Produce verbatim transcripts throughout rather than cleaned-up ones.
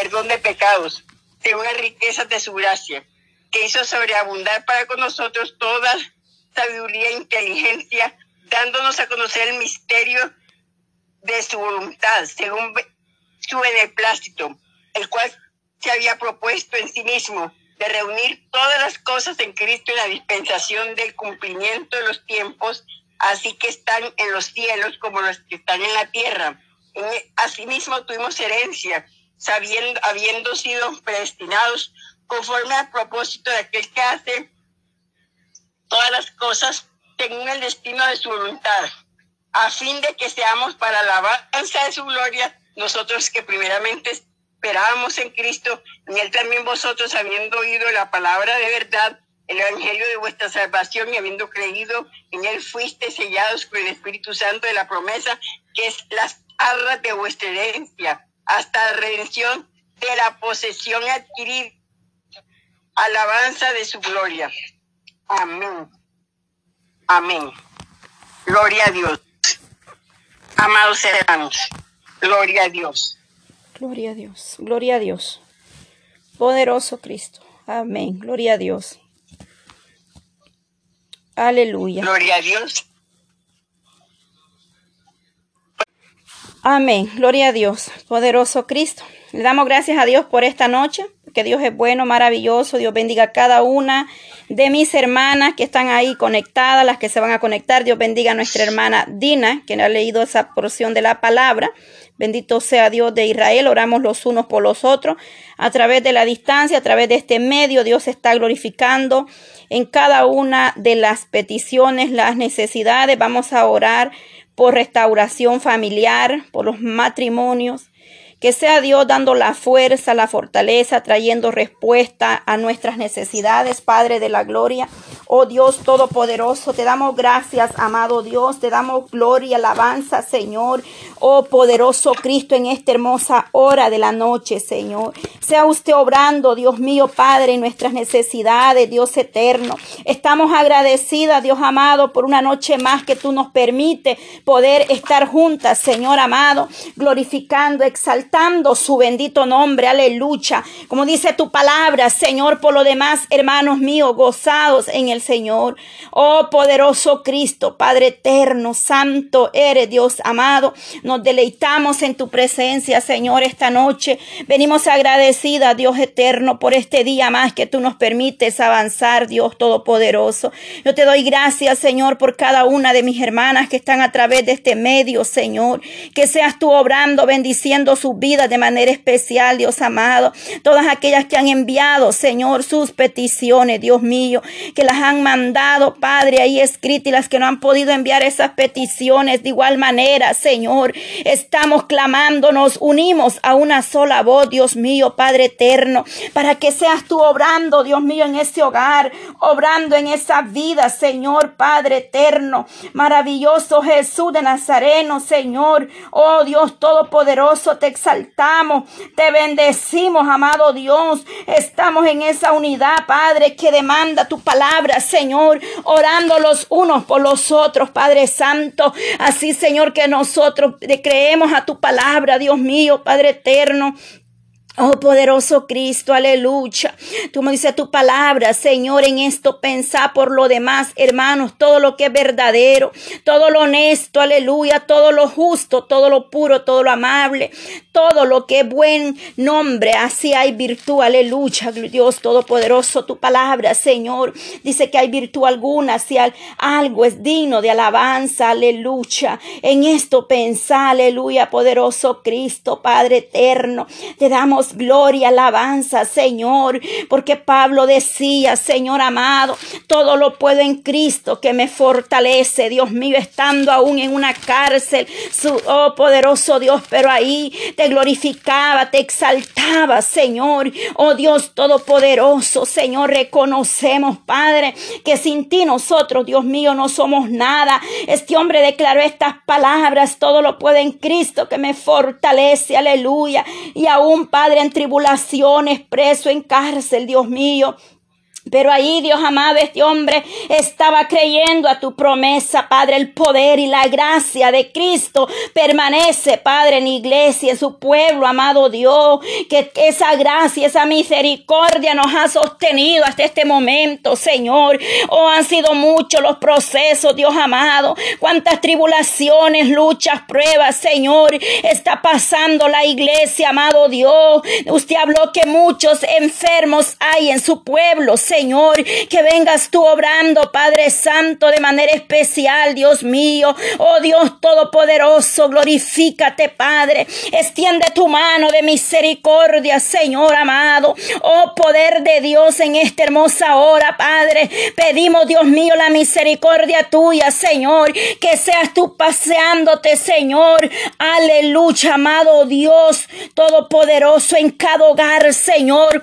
perdón de pecados, según las riquezas de su gracia, que hizo sobreabundar para con nosotros toda sabiduría e inteligencia, dándonos a conocer el misterio de su voluntad, según su beneplácito, el cual se había propuesto en sí mismo de reunir todas las cosas en Cristo en la dispensación del cumplimiento de los tiempos, así que están en los cielos como los que están en la tierra. Asimismo tuvimos herencia, sabiendo, habiendo sido predestinados conforme al propósito de aquel que hace todas las cosas según el destino de su voluntad, a fin de que seamos para la alabanza de su gloria, nosotros que primeramente esperábamos en Cristo, en él también vosotros, habiendo oído la palabra de verdad, el evangelio de vuestra salvación, y habiendo creído en él, fuiste sellados con el Espíritu Santo de la promesa, que es las arras de vuestra herencia, hasta la redención de la posesión adquirida, alabanza de su gloria. Amén. Amén. Gloria a Dios. Amados hermanos, gloria a Dios. Gloria a Dios, gloria a Dios. Poderoso Cristo. Amén. Gloria a Dios. Aleluya. Gloria a Dios. Amén. Gloria a Dios. Poderoso Cristo. Le damos gracias a Dios por esta noche, que Dios es bueno, maravilloso. Dios bendiga a cada una de mis hermanas que están ahí conectadas, las que se van a conectar. Dios bendiga a nuestra hermana Dina, que ha leído esa porción de la palabra. Bendito sea Dios de Israel. Oramos los unos por los otros. A través de la distancia, a través de este medio, Dios se está glorificando en cada una de las peticiones, las necesidades. Vamos a orar por restauración familiar, por los matrimonios. Que sea Dios dando la fuerza, la fortaleza, trayendo respuesta a nuestras necesidades, Padre de la gloria. Oh Dios Todopoderoso, te damos gracias, amado Dios, te damos gloria, alabanza, Señor. Oh poderoso Cristo, en esta hermosa hora de la noche, Señor. Sea usted obrando, Dios mío, Padre, en nuestras necesidades, Dios eterno. Estamos agradecidas, Dios amado, por una noche más que tú nos permites poder estar juntas, Señor amado, glorificando, exaltando su bendito nombre, aleluya. Como dice tu palabra, Señor, por lo demás, hermanos míos, gozados en el Señor. Oh poderoso Cristo, Padre eterno, santo eres, Dios amado. Nos deleitamos en tu presencia, Señor, esta noche. Venimos agradecida, Dios eterno, por este día más que tú nos permites avanzar, Dios todopoderoso. Yo te doy gracias, Señor, por cada una de mis hermanas que están a través de este medio, Señor. Que seas tú obrando, bendiciendo sus vidas de manera especial, Dios amado. Todas aquellas que han enviado, Señor, sus peticiones, Dios mío, que las han mandado, Padre, ahí escritas, y las que no han podido enviar esas peticiones de igual manera, Señor, estamos clamando, nos unimos a una sola voz, Dios mío, Padre eterno, para que seas tú obrando, Dios mío, en ese hogar, obrando en esa vida, Señor, Padre eterno, maravilloso Jesús de Nazareno, Señor. Oh Dios todopoderoso, te exaltamos, te bendecimos, amado Dios. Estamos en esa unidad, Padre, que demanda tu palabra, Señor, orando los unos por los otros, Padre Santo. Así, Señor, que nosotros creemos a tu palabra, Dios mío, Padre eterno. Oh poderoso Cristo, aleluya. Tú me dices tu palabra, Señor, en esto pensá por lo demás, hermanos, todo lo que es verdadero, todo lo honesto, aleluya, todo lo justo, todo lo puro, todo lo amable, todo lo que es buen nombre, así hay virtud, aleluya. Dios todopoderoso, tu palabra, Señor, dice que hay virtud alguna, si algo es digno de alabanza, aleluya. En esto pensá, aleluya, poderoso Cristo, Padre eterno, te damos gloria, alabanza, Señor, porque Pablo decía, Señor amado, todo lo puedo en Cristo que me fortalece, Dios mío, estando aún en una cárcel, su, oh poderoso Dios, pero ahí te glorificaba, te exaltaba, Señor. Oh Dios todopoderoso, Señor, reconocemos, Padre, que sin ti nosotros, Dios mío, no somos nada. Este hombre declaró estas palabras, todo lo puedo en Cristo que me fortalece, aleluya. Y aún, Padre, en tribulaciones, preso en cárcel, Dios mío, Pero ahí, Dios amado, este hombre estaba creyendo a tu promesa, Padre. El poder y la gracia de Cristo permanece, Padre, en la iglesia, en su pueblo, amado Dios. Que esa gracia, esa misericordia nos ha sostenido hasta este momento, Señor. Oh, han sido muchos los procesos, Dios amado. Cuántas tribulaciones, luchas, pruebas, Señor, está pasando la iglesia, amado Dios. Usted habló que muchos enfermos hay en su pueblo, Señor. Señor, que vengas tú obrando, Padre Santo, de manera especial, Dios mío. Oh Dios Todopoderoso, glorifícate, Padre. Extiende tu mano de misericordia, Señor amado. Oh poder de Dios, en esta hermosa hora, Padre, pedimos, Dios mío, la misericordia tuya, Señor. Que seas tú paseándote, Señor. Aleluya, amado Dios Todopoderoso, en cada hogar, Señor.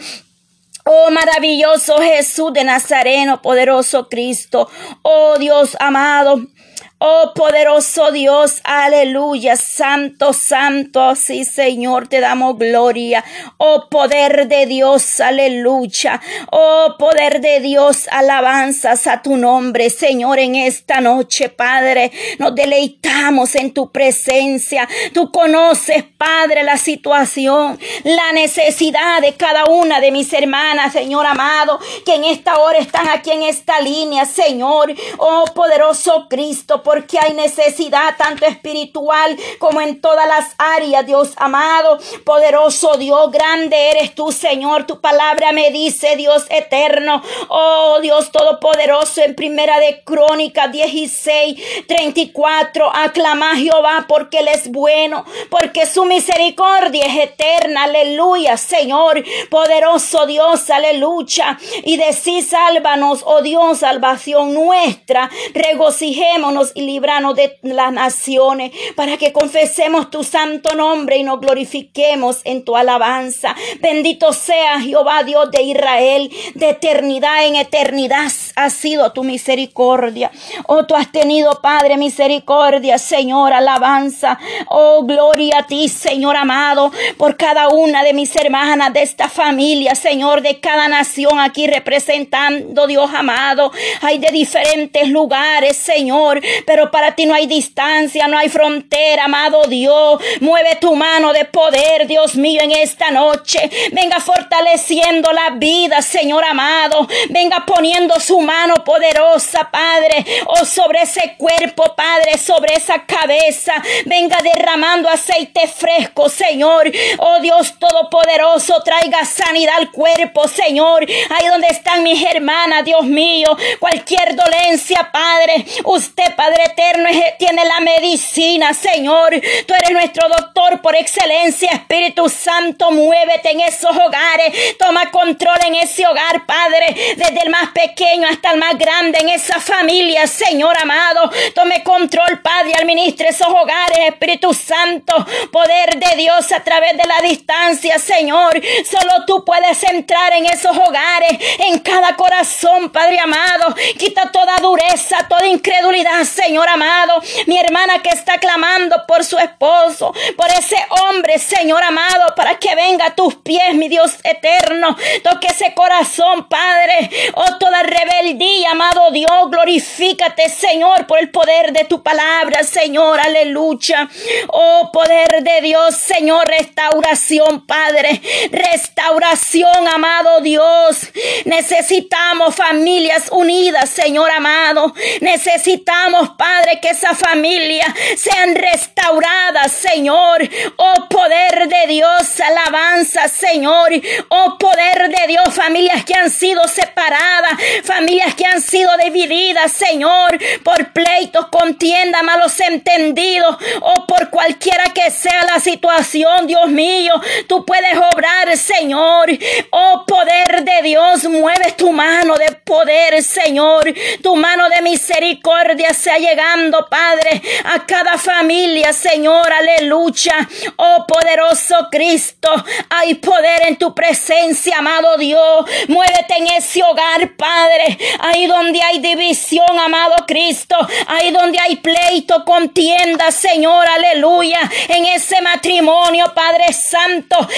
Oh, maravilloso Jesús de Nazareno, poderoso Cristo. Oh, Dios amado. Oh, poderoso Dios, aleluya, santo, santo, sí, Señor, te damos gloria. Oh, poder de Dios, aleluya. Oh, poder de Dios, alabanzas a tu nombre, Señor, en esta noche, Padre. Nos deleitamos en tu presencia. Tú conoces, Padre, la situación, la necesidad de cada una de mis hermanas, Señor amado, que en esta hora están aquí en esta línea, Señor. Oh, poderoso Cristo, porque hay necesidad tanto espiritual como en todas las áreas, Dios amado, poderoso Dios, grande eres tú, Señor. Tu palabra me dice, Dios eterno, oh Dios todopoderoso, en primera de Crónicas dieciséis, treinta y cuatro, aclama a Jehová porque Él es bueno, porque su misericordia es eterna, aleluya, Señor, poderoso Dios, aleluya, y decís, sálvanos, oh Dios, salvación nuestra, regocijémonos y libranos de las naciones, para que confesemos tu santo nombre y nos glorifiquemos en tu alabanza. Bendito sea Jehová, Dios de Israel, de eternidad en eternidad ha sido tu misericordia. Oh, tú has tenido, Padre, misericordia, Señor, alabanza. Oh, gloria a ti, Señor amado, por cada una de mis hermanas de esta familia, Señor, de cada nación aquí representando, Dios amado. Hay de diferentes lugares, Señor, pero para ti no hay distancia, no hay frontera, amado Dios. Mueve tu mano de poder, Dios mío, en esta noche. Venga fortaleciendo la vida, Señor amado. Venga poniendo su mano poderosa, Padre, oh, sobre ese cuerpo, Padre, sobre esa cabeza. Venga derramando aceite fresco, Señor. Oh, Dios todopoderoso, traiga sanidad al cuerpo, Señor. Ahí donde están mis hermanas, Dios mío, cualquier dolencia, Padre, usted, Padre eterno, tiene la medicina, Señor. Tú eres nuestro doctor por excelencia. Espíritu Santo, muévete en esos hogares. Toma control en ese hogar, Padre, desde el más pequeño hasta el más grande, en esa familia, Señor amado. Tome control, Padre, y administre esos hogares, Espíritu Santo, poder de Dios a través de la distancia, Señor. Solo tú puedes entrar en esos hogares, en cada corazón, Padre amado. Quita toda dureza, toda incredulidad, Señor amado. Mi hermana que está clamando por su esposo, por ese hombre, Señor amado, para que venga a tus pies, mi Dios eterno. Toque ese corazón, Padre. Oh, toda rebeldía, amado Dios, glorifícate, Señor, por el poder de tu palabra, Señor, aleluya. Oh, poder de Dios, Señor, restauración, Padre, restauración, amado Dios. Necesitamos familias unidas, Señor amado. Necesitamos, Padre, que esas familias sean restauradas, Señor. Oh, poder de Dios, alabanza, Señor. Oh, poder de Dios, familias que han sido separadas, familias que han sido divididas, Señor, por pleitos, contienda, malos entendidos, o por cualquiera que sea la situación, Dios mío, tú puedes obrar, Señor. Oh, poder de Dios, mueve tu mano de poder, Señor. Tu mano de misericordia sea llegando, Padre, a cada familia, Señor, aleluya. Oh, poderoso Cristo, hay poder en tu presencia, amado Dios. Muévete en ese hogar, Padre, ahí donde hay división, amado Cristo, ahí donde hay pleito, contienda, Señor, aleluya. En ese matrimonio, Padre Santo, ahí donde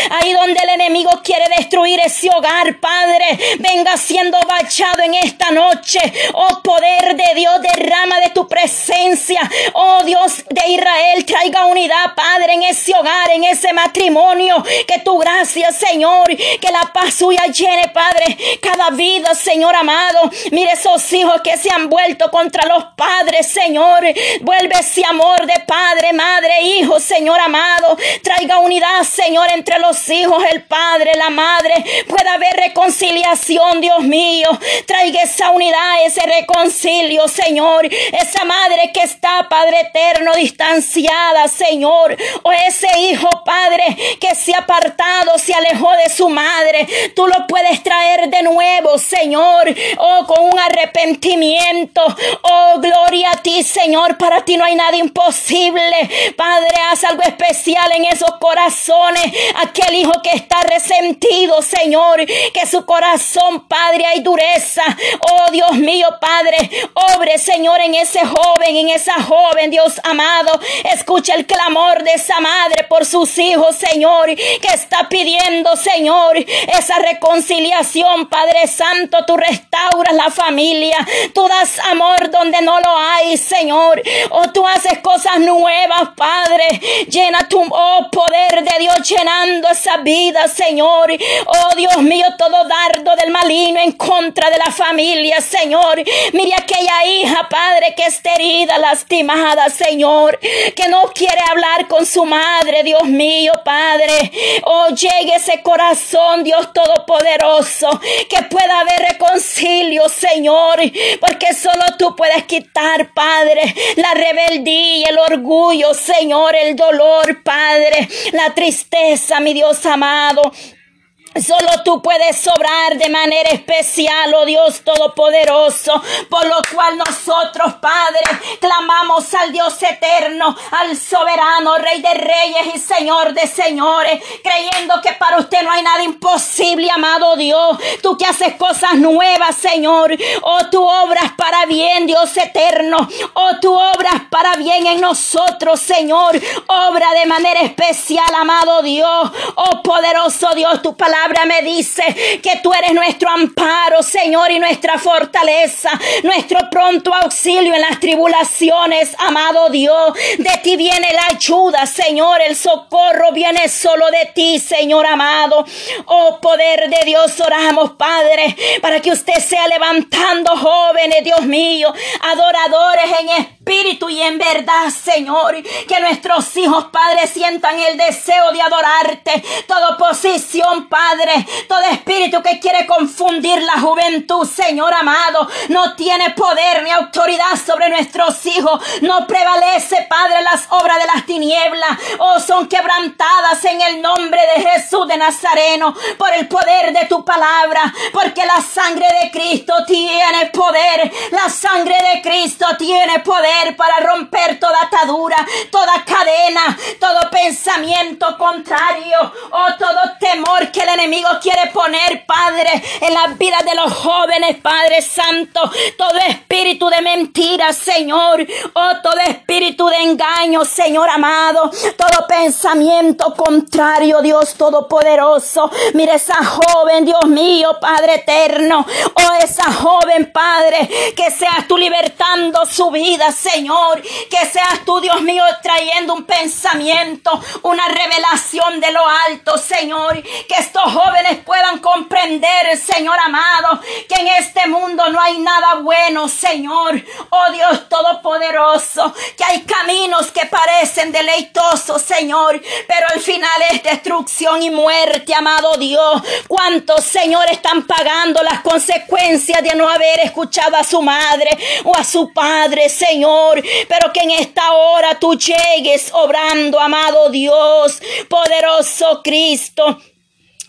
donde el enemigo quiere destruir ese hogar, Padre, venga siendo bachado en esta noche. Oh poder de Dios, derrama de tu presencia. Oh Dios de Israel, traiga unidad, Padre, en ese hogar, en ese matrimonio. Que tu gracia, Señor, que la paz suya llene, Padre, cada vida, Señor amado. Mire esos hijos que se han vuelto contra los padres, Señor. Vuelve ese amor de padre, madre, hijo, Señor amado. Traiga unidad, Señor, entre los hijos, el padre, la madre. Pueda haber reconciliación, Dios mío. Traiga esa unidad, ese reconcilio, Señor. Esa madre que está, Padre eterno, distanciada, Señor. O ese hijo, Padre, que se ha apartado, se alejó de su madre. Tú lo puedes traer de nuevo, Señor. Oh, con un arrepentimiento. Oh, gloria a ti, Señor. Para ti no hay nada imposible. Padre, haz algo especial en esos corazones. Aquel hijo que está resentido, Señor, que su corazón, Padre, hay dureza. Oh, Dios mío, Padre, obre, Señor, en ese joven, en esa joven, Dios amado. Escucha el clamor de esa madre por sus hijos, Señor, que está pidiendo, Señor, esa reconciliación. Padre Santo, tú restauras la familia. Tú das amor donde no lo hay, Señor. Oh, tú haces cosas nuevas, Padre. Llena tu, oh, poder de Dios llenando esa vida, Señor. Oh, Dios mío, todo dardo del maligno en contra de la familia, Señor. Mire aquella hija, Padre, que está herida, lastimada, Señor, que no quiere hablar con su madre, Dios mío, Padre. Oh, llegue ese corazón, Dios Todopoderoso, que pueda haber reconcilio, Señor, porque solo tú puedes quitar, Padre, la rebeldía, el orgullo, Señor, el dolor, Padre, la tristeza, mi Dios amado. Solo tú puedes obrar de manera especial, oh Dios Todopoderoso, por lo cual nosotros, Padre, clamamos al Dios eterno, al soberano, Rey de reyes y Señor de señores, creyendo que para usted no hay nada imposible, amado Dios. Tú que haces cosas nuevas, Señor. Oh, tú obras para bien, Dios eterno. Oh, tú obras para bien en nosotros, Señor. Obra de manera especial, amado Dios. Oh, poderoso Dios, tu palabra me dice que tú eres nuestro amparo, Señor, y nuestra fortaleza, nuestro pronto auxilio en las tribulaciones, amado Dios. De ti viene la ayuda, Señor, el socorro viene solo de ti, Señor amado. Oh, poder de Dios, oramos, Padre, para que usted sea levantando jóvenes, Dios mío, adoradores en espíritu y en verdad, Señor. Que nuestros hijos, Padre, sientan el deseo de adorarte. Toda oposición, Padre, todo espíritu que quiere confundir la juventud, Señor amado, no tiene poder ni autoridad sobre nuestros hijos. No prevalece, Padre, las obras de las tinieblas. Oh, son quebrantadas en el nombre de Jesús de Nazareno, por el poder de tu palabra, porque la sangre de Cristo tiene poder. La sangre de Cristo tiene poder para romper toda atadura, toda cadena, todo pensamiento contrario, oh, todo temor que el enemigo quiere poner, Padre, en la vida de los jóvenes, Padre Santo. Todo espíritu de mentira, Señor, oh, todo espíritu de engaño, Señor amado, todo pensamiento contrario, Dios Todopoderoso. Mira esa joven, Dios mío, Padre eterno, oh, esa joven, Padre, que seas tú libertando su vida, Señor, que seas tú, Dios mío, trayendo un pensamiento, una revelación de lo alto, Señor. Que estos jóvenes puedan comprender, Señor amado, que en este mundo no hay nada bueno, Señor. Oh Dios Todopoderoso, que hay caminos que parecen deleitosos, Señor, pero al final es destrucción y muerte, amado Dios. ¿Cuántos, Señor, están pagando las consecuencias de no haber escuchado a su madre o a su padre, Señor? Pero que en esta hora tú llegues obrando, amado Dios, poderoso Cristo.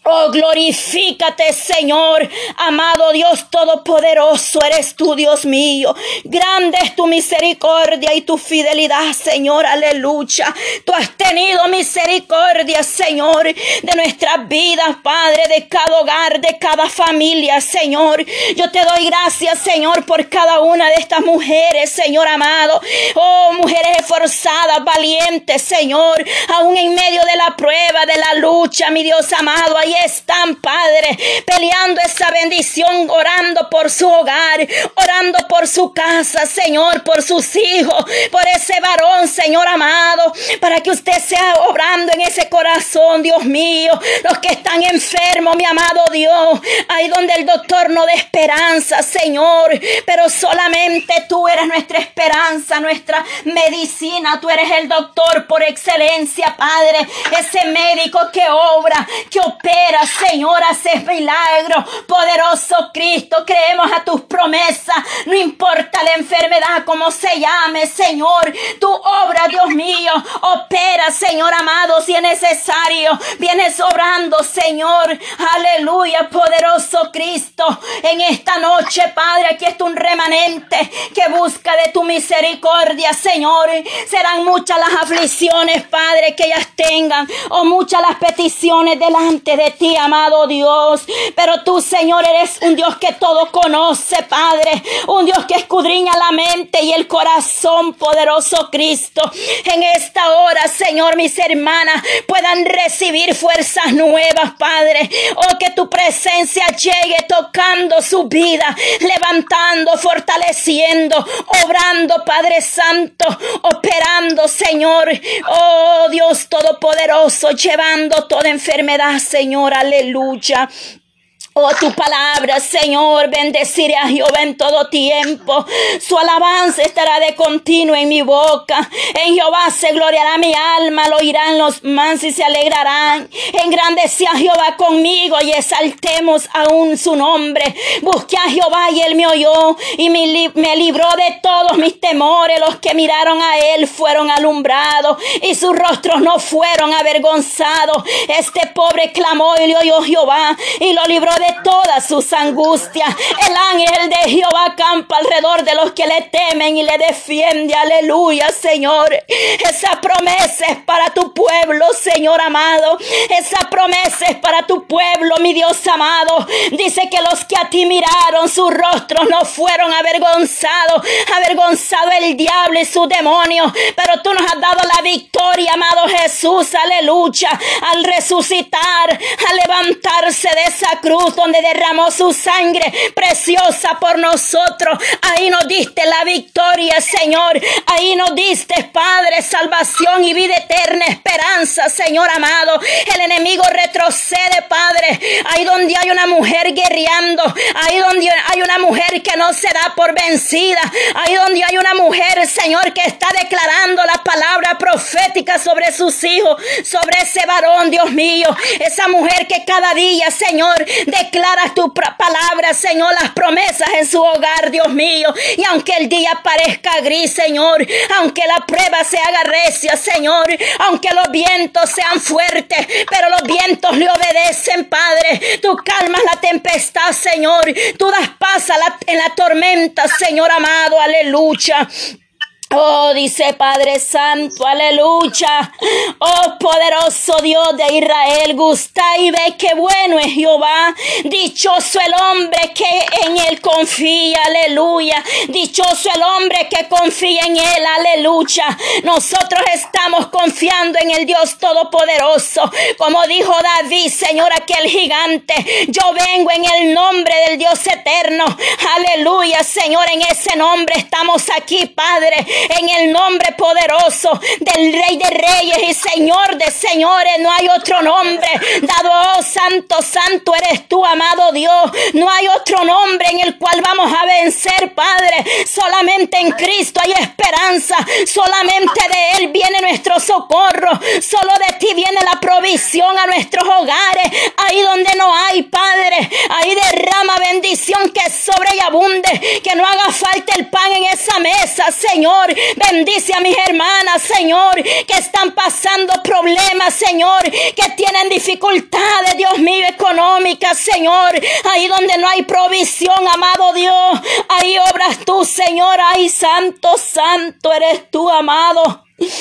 Oh, glorifícate, Señor. Amado Dios todopoderoso eres tú, Dios mío. Grande es tu misericordia y tu fidelidad, Señor. Aleluya. Tú has tenido misericordia, Señor, de nuestras vidas, Padre, de cada hogar, de cada familia, Señor. Yo te doy gracias, Señor, por cada una de estas mujeres, Señor amado. Oh, mujeres esforzadas, valientes, Señor. Aún en medio de la prueba, de la lucha, mi Dios amado, ahí están, Padre, peleando esa bendición, orando por su hogar, orando por su casa, Señor, por sus hijos, por ese varón, Señor amado, para que usted sea obrando en ese corazón, Dios mío. Los que están enfermos, mi amado Dios, ahí donde el doctor no da esperanza, Señor, pero solamente tú eres nuestra esperanza, nuestra medicina. Tú eres el doctor por excelencia, Padre, ese médico que obra, que opera, Señor, haces milagros. Poderoso Cristo, creemos a tus promesas, no importa la enfermedad, como se llame, Señor, tu obra, Dios mío, opera, Señor amado, si es necesario, vienes obrando, Señor. Aleluya, poderoso Cristo, en esta noche, Padre, aquí está un remanente que busca de tu misericordia, Señor. Serán muchas las aflicciones, Padre, que ellas tengan, o muchas las peticiones delante de ti, amado Dios, pero tú, Señor, eres un Dios que todo conoce, Padre, un Dios que escudriña la mente y el corazón, poderoso Cristo. En esta hora, Señor, mis hermanas puedan recibir fuerzas nuevas, Padre. Oh, que tu presencia llegue tocando su vida, levantando, fortaleciendo, obrando, Padre Santo, operando, Señor. Oh, Dios todopoderoso, llevando toda enfermedad, Señor. Aleluya. Oh, tu palabra, Señor, bendeciré a Jehová en todo tiempo. Su alabanza estará de continuo en mi boca. En Jehová se gloriará mi alma, lo oirán los mansos y se alegrarán. Engrandecí a Jehová conmigo y exaltemos aún su nombre. Busqué a Jehová y él me oyó y me, li me libró de todos mis temores. Los que miraron a él fueron alumbrados y sus rostros no fueron avergonzados. Este pobre clamó y le oyó Jehová y lo libró de todas sus angustias. El ángel de Jehová acampa alrededor de los que le temen y le defiende. Aleluya, Señor. Esa promesa es para tu pueblo, Señor amado. Esa promesa es para tu pueblo, mi Dios amado. Dice que los que a ti miraron, sus rostros no fueron avergonzados. Avergonzado el diablo y sus demonios, pero tú nos has dado la victoria, amado Jesús. Aleluya. Al resucitar, al levantarse de esa cruz donde derramó su sangre preciosa por nosotros, ahí nos diste la victoria, Señor. Ahí nos diste, Padre, salvación y vida eterna, esperanza, Señor amado. El enemigo retrocede, Padre. Ahí donde hay una mujer guerreando, ahí donde hay una mujer que no se da por vencida, ahí donde hay una mujer, Señor, que está declarando la palabra profética sobre sus hijos, sobre ese varón, Dios mío. Esa mujer que cada día, Señor, declaras tu palabra, Señor, las promesas en su hogar, Dios mío. Y aunque el día parezca gris, Señor, aunque la prueba se haga recia, Señor, aunque los vientos sean fuertes, pero los vientos le obedecen, Padre. Tú calmas la tempestad, Señor. Tú das paz a la, en la tormenta, Señor amado. Aleluya. Oh, dice Padre Santo, aleluya. Oh, poderoso Dios de Israel, gusta y ve que bueno es Jehová. Dichoso el hombre que en él confía, aleluya. Dichoso el hombre que confía en él, aleluya. Nosotros estamos confiando en el Dios Todopoderoso. Como dijo David, Señor, aquel gigante, yo vengo en el nombre del Dios eterno. Aleluya, Señor, en ese nombre estamos aquí, Padre. En el nombre poderoso del Rey de Reyes y Señor de Señores, no hay otro nombre dado. Oh, santo, santo eres tú, amado Dios. No hay otro nombre en el cual vamos a vencer, Padre. Solamente en Cristo hay esperanza. Solamente de Él viene nuestro socorro. Solo de ti viene la provisión a nuestros hogares. Ahí donde no hay, Padre, ahí derrama bendición. provisión que sobre y abunde, que no haga falta el pan en esa mesa, Señor. Bendice a mis hermanas, Señor, que están pasando problemas, Señor, que tienen dificultades, Dios mío, económicas, Señor. Ahí donde no hay provisión, amado Dios, ahí obras tú, Señor. Ay, santo, santo eres tú, amado.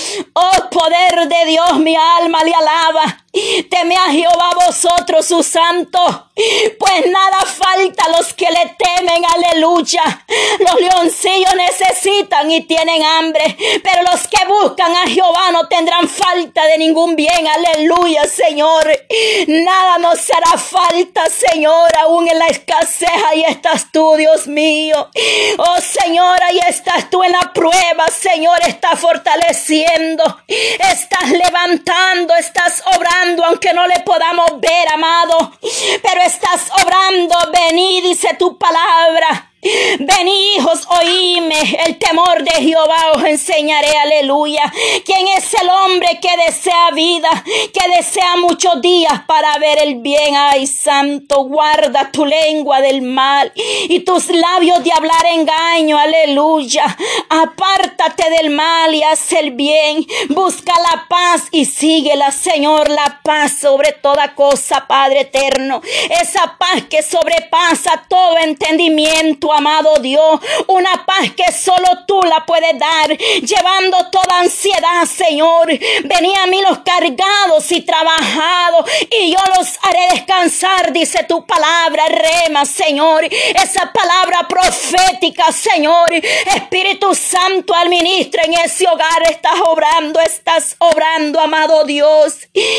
Oh, poder de Dios, mi alma le alaba. Teme a Jehová vosotros, sus santos, pues nada falta a los que le temen, aleluya. Los leoncillos necesitan y tienen hambre, pero los que buscan a Jehová no tendrán falta de ningún bien, aleluya, Señor. Nada nos hará falta, Señor, aún en la escasez, ahí estás tú, Dios mío. Oh, Señor, ahí estás tú en la prueba, Señor, estás fortaleciendo, estás levantando, estás obrando, aunque no le podamos ver, amado, pero estás obrando. Vení, dice tu palabra. Vení, hijos, oíme, el temor de Jehová os enseñaré, aleluya. ¿Quién es el hombre que desea vida, que desea muchos días para ver el bien? Ay, santo, guarda tu lengua del mal y tus labios de hablar engaño, aleluya. Apártate del mal y haz el bien, busca la paz y síguela, Señor, la paz sobre toda cosa, Padre eterno, esa paz que sobrepasa todo entendimiento, amado Dios, una paz que solo tú la puedes dar, llevando toda ansiedad, Señor. Venid a mí los cargados y trabajados, y yo los haré descansar, dice tu palabra, rema, Señor, esa palabra profética, Señor. Espíritu Santo, administra en ese hogar, estás obrando, estás obrando, amado Dios,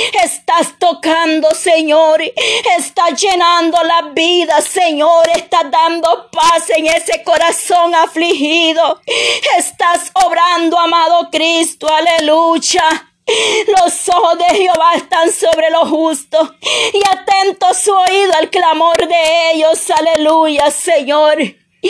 estás tocando, Señor, estás llenando la vida, Señor, estás dando paz en ese corazón afligido, estás obrando, amado Cristo, aleluya. Los ojos de Jehová están sobre los justos y atento su oído al clamor de ellos, aleluya, Señor.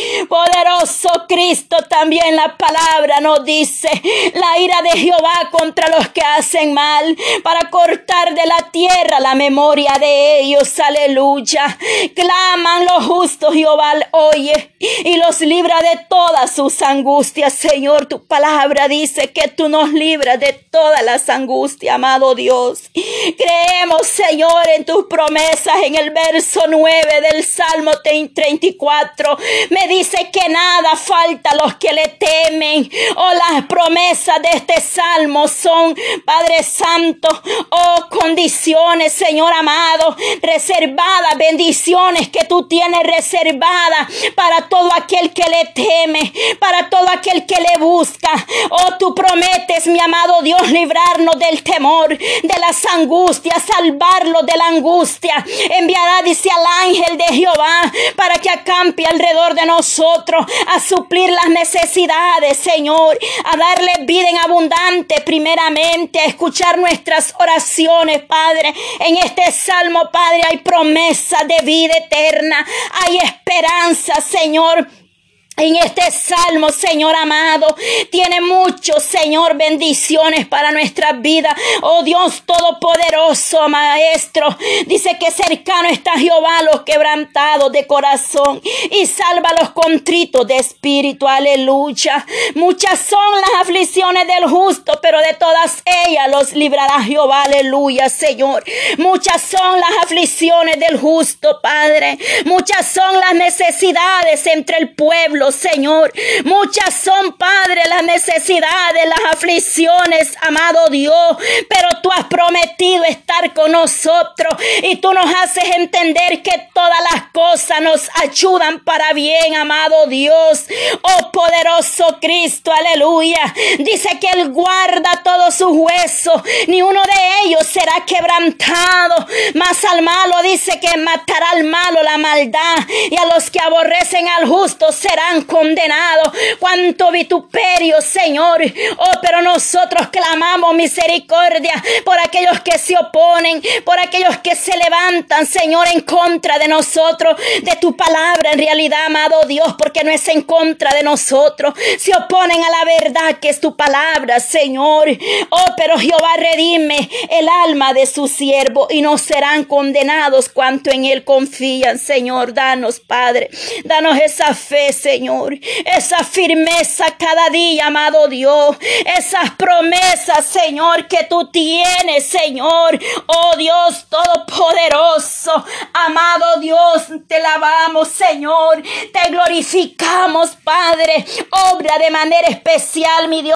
Poderoso Cristo, también la palabra nos dice: la ira de Jehová contra los que hacen mal, para cortar de la tierra la memoria de ellos, aleluya. Claman los justos, Jehová oye y los libra de todas sus angustias, Señor. Tu palabra dice que tú nos libras de todas las angustias, amado Dios. Creemos, Señor, en tus promesas. En el verso nueve del Salmo treinta y cuatro me dice que nada falta a los que le temen. Oh, las promesas de este salmo son, Padre Santo, oh, condiciones, Señor amado, reservadas, bendiciones que tú tienes reservadas para todo aquel que le teme, para todo aquel que le busca. Oh, tú prometes, mi amado Dios, librarnos del temor, de las angustias, salvarlos de la angustia. Enviará, dice, al ángel de Jehová para que acampe alrededor de nosotros, a suplir las necesidades, Señor, a darle vida en abundante, primeramente, a escuchar nuestras oraciones, Padre. En este salmo, Padre, hay promesa de vida eterna, hay esperanza, Señor. En este salmo, Señor amado, tiene mucho, Señor, bendiciones para nuestras vidas. Oh Dios todopoderoso, Maestro, dice que cercano está Jehová a los quebrantados de corazón y salva a los contritos de espíritu, aleluya. Muchas son las aflicciones del justo, pero de todas ellas los librará Jehová, aleluya, Señor. Muchas son las aflicciones del justo, Padre. Muchas son las necesidades entre el pueblo, Señor. Muchas son, Padre, las necesidades, las aflicciones, amado Dios, pero tú has prometido estar con nosotros y tú nos haces entender que todas las cosas nos ayudan para bien, amado Dios. Oh, poderoso Cristo, aleluya. Dice que Él guarda todos sus huesos, ni uno de ellos será quebrantado. Mas al malo dice que matará al malo la maldad, y a los que aborrecen al justo serán serán condenados. Cuánto vituperio, Señor. Oh, pero nosotros clamamos misericordia por aquellos que se oponen, por aquellos que se levantan, Señor, en contra de nosotros, de tu palabra en realidad, amado Dios, porque no es en contra de nosotros, se oponen a la verdad que es tu palabra, Señor. Oh, pero Jehová redime el alma de su siervo y no serán condenados cuanto en él confían, Señor. Danos, Padre, danos esa fe, Señor, esa firmeza cada día, amado Dios, esas promesas, Señor, que tú tienes, Señor. Oh Dios todopoderoso, amado Dios, te alabamos, Señor, te glorificamos, Padre. Obra de manera especial, mi Dios.